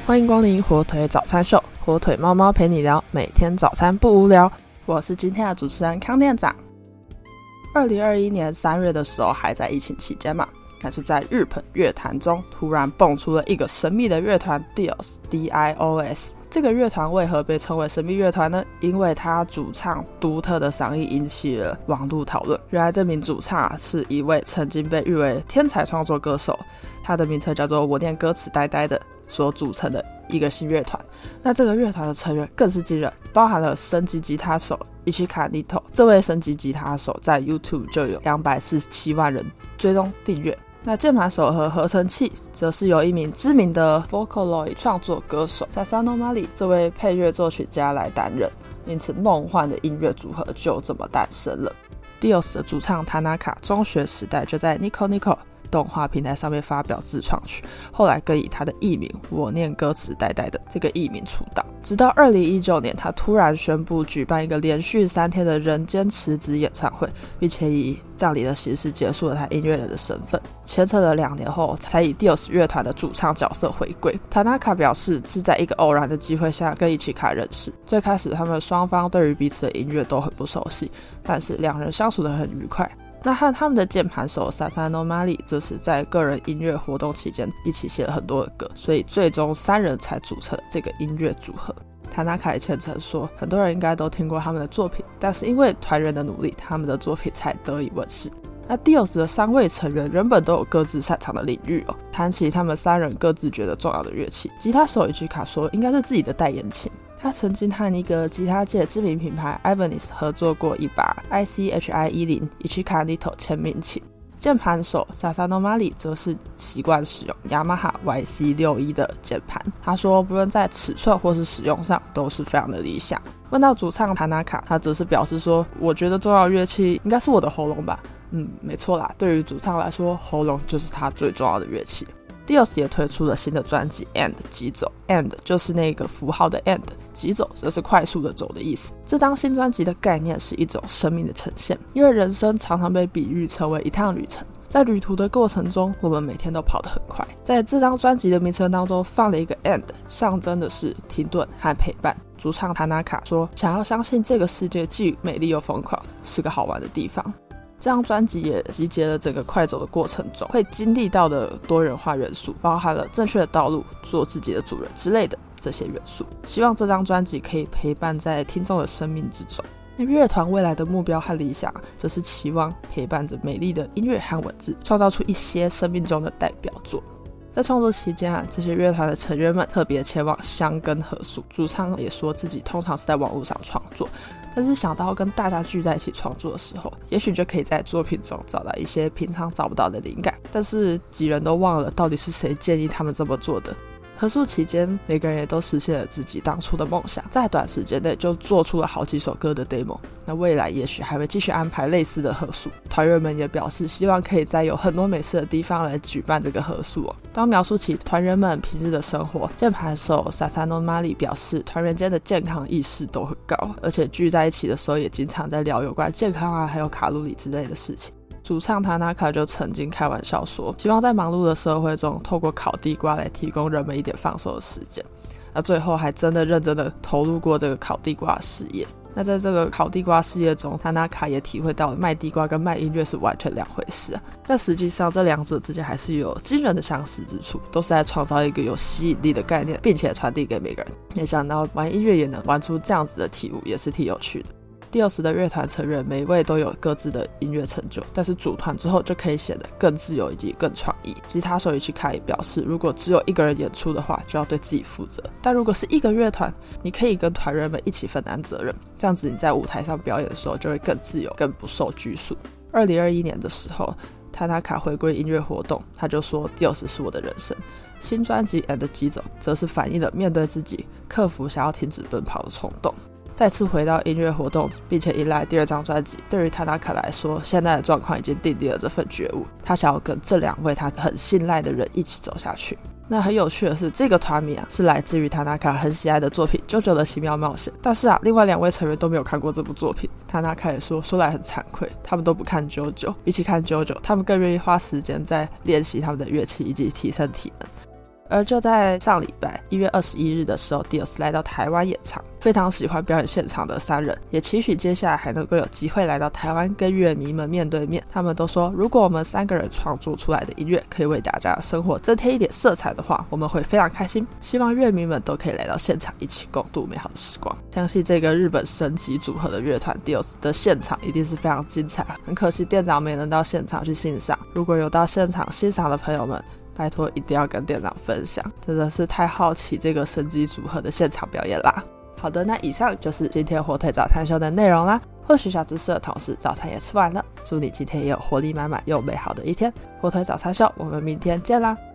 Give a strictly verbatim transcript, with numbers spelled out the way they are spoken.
欢迎光临火腿早餐秀，火腿猫猫陪你聊，每天早餐不无聊。我是今天的主持人康店长。二零二一年三月的时候还在疫情期间嘛，但是在日本乐坛中突然蹦出了一个神秘的乐团 D I O S D I O S。 这个乐团为何被称为神秘乐团呢？因为它主唱独特的嗓音引起了网络讨论。原来这名主唱、啊、是一位曾经被誉为天才创作歌手，他的名称叫做我念歌词呆呆的所组成的一个新乐团。那这个乐团的成员更是惊人，包含了升级吉他手伊奇卡尼托。这位升级吉他手在 YouTube 就有两百四十七万人追踪订阅。那键盘手和合成器则是由一名知名的 Vocaloid 创作歌手 Sasano Mari 这位配乐作曲家来担任，因此梦幻的音乐组合就这么诞生了。 D I O S 的主唱 Tanaka 中学时代就在 Nico Nico 动画平台上面发表自创曲，后来更以他的艺名我念歌词呆呆的这个艺名出道。直到二零一九年他突然宣布举办一个连续三天的人间辞职演唱会，并且以葬礼的形式结束了他音乐人的身份。牵扯了两年后才以 D I O S 乐团的主唱角色回归。 Tanaka 表示是在一个偶然的机会下跟伊奇卡认识，最开始他们双方对于彼此的音乐都很不熟悉，但是两人相处得很愉快。那和他们的键盘手 Sasano Mari 则是在个人音乐活动期间一起写了很多的歌，所以最终三人才组成这个音乐组合。Tanaka 也虔诚说，很多人应该都听过他们的作品，但是因为团员的努力，他们的作品才得以问世。那 D I O S 的三位成员原本都有各自擅长的领域哦。谈起他们三人各自觉得重要的乐器，吉他手伊奇卡说应该是自己的代言琴，他曾经和一个吉他界知名品牌 Ibanez 合作过一把 I C H I 一零 Ichika Nito 签名琴。键盘手 Sasano Mari 则是习惯使用 Yamaha Y C 六十一 的键盘，他说不论在尺寸或是使用上都是非常的理想。问到主唱 Tanaka， 他则是表示说，我觉得重要的乐器应该是我的喉咙吧。嗯，没错啦，对于主唱来说，喉咙就是他最重要的乐器。D I O S 也推出了新的专辑 And 疾走， And 就是那个符号的 And， 疾走则是快速的走的意思。这张新专辑的概念是一种生命的呈现，因为人生常常被比喻成为一趟旅程，在旅途的过程中我们每天都跑得很快。在这张专辑的名称当中放了一个 And， 象征的是停顿和陪伴。主唱 Tanaka 说，想要相信这个世界既美丽又疯狂，是个好玩的地方。这张专辑也集结了整个快走的过程中会经历到的多元化元素，包含了正确的道路、做自己的主人之类的这些元素。希望这张专辑可以陪伴在听众的生命之中。那乐团未来的目标和理想则是期望陪伴着美丽的音乐和文字，创造出一些生命中的代表作。在创作期间啊，这些乐团的成员们特别前往箱根合宿。主唱也说自己通常是在网络上创作，但是想到跟大家聚在一起创作的时候，也许就可以在作品中找到一些平常找不到的灵感。但是几人都忘了到底是谁建议他们这么做的。合宿期间，每个人也都实现了自己当初的梦想，在短时间内就做出了好几首歌的 demo。 那未来也许还会继续安排类似的合宿。团员们也表示希望可以在有很多美食的地方来举办这个合宿哦。当描述起团员们平日的生活，键盘手 Sasano Mari 表示团员间的健康意识都很高，而且聚在一起的时候也经常在聊有关健康啊还有卡路里之类的事情。主唱 Tanaka 就曾经开玩笑说，希望在忙碌的社会中透过烤地瓜来提供人们一点放松的时间。那最后还真的认真的投入过这个烤地瓜事业。那在这个烤地瓜事业中， Tanaka 也体会到卖地瓜跟卖音乐是完全两回事啊。但实际上这两者之间还是有惊人的相似之处，都是在创造一个有吸引力的概念，并且传递给每个人。没想到玩音乐也能玩出这样子的体悟，也是挺有趣的。D I O S 的乐团成员每一位都有各自的音乐成就，但是组团之后就可以显得更自由以及更创意。吉他手伊奇卡也表示，如果只有一个人演出的话，就要对自己负责，但如果是一个乐团，你可以跟团员们一起分担责任，这样子你在舞台上表演的时候就会更自由，更不受拘束。二零二一年的时候，Tanaka 回归音乐活动，他就说 D I O S 是我的人生。新专辑 And 疾走则是反映了面对自己，克服想要停止奔跑的冲动。再次回到音乐活动，并且迎来第二张专辑，对于 Tanaka 来说，现在的状况已经奠定了这份觉悟，他想要跟这两位他很信赖的人一起走下去。那很有趣的是，这个团名啊是来自于 Tanaka 很喜爱的作品《JoJo 的奇妙冒险》，但是啊，另外两位成员都没有看过这部作品。Tanaka 也说，说来很惭愧，他们都不看 JoJo， 比起看 JoJo， 他们更愿意花时间在练习他们的乐器以及提升体能。 而就在上礼拜一月二十一日的时候 Dios 来到台湾演唱，非常喜欢表演现场的三人也期许接下来还能够有机会来到台湾跟乐迷们面对面。他们都说如果我们三个人创作出来的音乐可以为大家的生活增添一点色彩的话，我们会非常开心，希望乐迷们都可以来到现场一起共度美好的时光。相信这个日本神级组合的乐团 Dios 的现场一定是非常精彩，很可惜店长没能到现场去欣赏，如果有到现场欣赏的朋友们，拜托一定要跟店长分享，真的是太好奇这个神级组合的现场表演啦。好的，那以上就是今天火腿早餐秀的内容啦。获取小知识的同时，早餐也吃完了，祝你今天也有活力满满又美好的一天。火腿早餐秀，我们明天见啦。